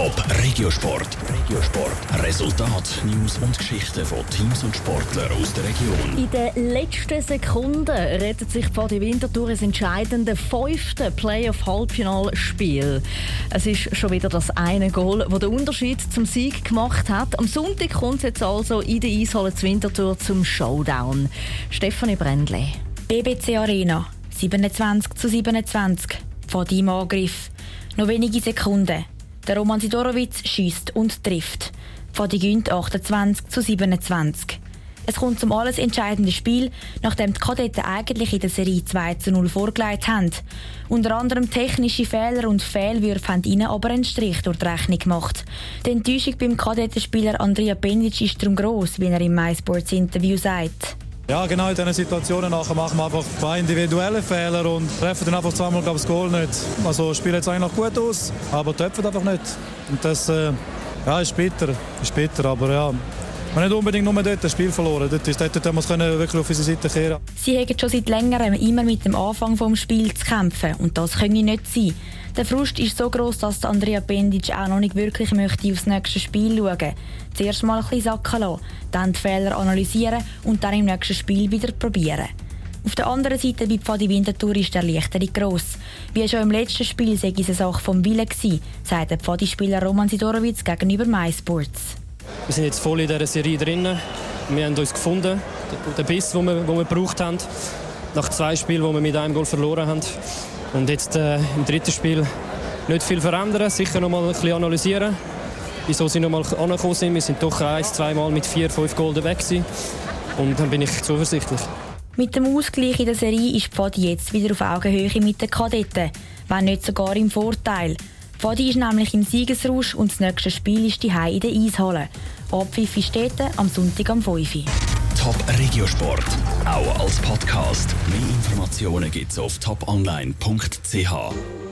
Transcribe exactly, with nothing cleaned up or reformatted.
Top Regiosport. Regiosport. Resultat, News und Geschichten von Teams und Sportlern aus der Region. In den letzten Sekunden rettet sich Pfadi Winterthur das entscheidende fünfte Playoff-Halbfinalspiel. Es ist schon wieder das eine Goal, das den Unterschied zum Sieg gemacht hat. Am Sonntag kommt es jetzt also in der Eishalle zu Winterthur zum Showdown. Stefanie Brändle. B B C Arena, siebenundzwanzig zu siebenundzwanzig. Pfadi im Angriff. Noch wenige Sekunden. Der Roman Sidorowicz schiesst und trifft. Pfadi gewinnt achtundzwanzig zu siebenundzwanzig. Es kommt zum alles entscheidenden Spiel, nachdem die Kadetten eigentlich in der Serie zwei zu null vorgelegt haben. Unter anderem technische Fehler und Fehlwürfe haben ihnen aber einen Strich durch die Rechnung gemacht. Die Enttäuschung beim Kadettenspieler Andrea Pendic ist darum gross, wie er im MySports-Interview sagt. Ja, genau in diesen Situationen nachher machen wir einfach ein paar individuelle Fehler und treffen dann einfach zweimal glaub, das Goal nicht. Also spielen jetzt eigentlich noch gut aus, aber treffen einfach nicht. Und das äh, ja, ist bitter, ist bitter, aber ja. Wir haben nicht unbedingt nur dort das Spiel verloren. Dort, dort, dort haben wir wirklich auf unsere Seite kehren. Sie haben schon seit längerem immer mit dem Anfang des Spiels zu kämpfen. Und das könne nicht sein. Der Frust ist so gross, dass Andrea Pendic auch noch nicht wirklich möchte aufs nächste Spiel schauen möchte. Zuerst mal ein bisschen sacken lassen, dann die Fehler analysieren und dann im nächsten Spiel wieder probieren. Auf der anderen Seite bei Pfadi Winterthur ist die Erleichterung gross. Wie schon im letzten Spiel sei es eine Sache vom Willen gewesen, sagt der Pfadi-Spieler Roman Sidorowicz gegenüber MySports. Wir sind jetzt voll in dieser Serie drin. Wir haben uns gefunden, den Biss, den wir, den wir gebraucht haben. Nach zwei Spielen, die wir mit einem Goal verloren haben. Und jetzt äh, im dritten Spiel nicht viel verändern, sicher noch mal ein bisschen analysieren, wieso sie noch mal angekommen sind. Wir sind doch ein, zweimal mit vier, fünf Golden weg gewesen. Und dann bin ich zuversichtlich. Mit dem Ausgleich in der Serie ist Pfadi jetzt wieder auf Augenhöhe mit den Kadetten, wenn nicht sogar im Vorteil. Pfadi ist nämlich im Siegesrausch und das nächste Spiel ist daheim in der Eishalle. Abpfiff ist dort am Sonntag um fünf Uhr. Top Regiosport, auch als Podcast. Mehr Informationen gibt's auf top online punkt c h.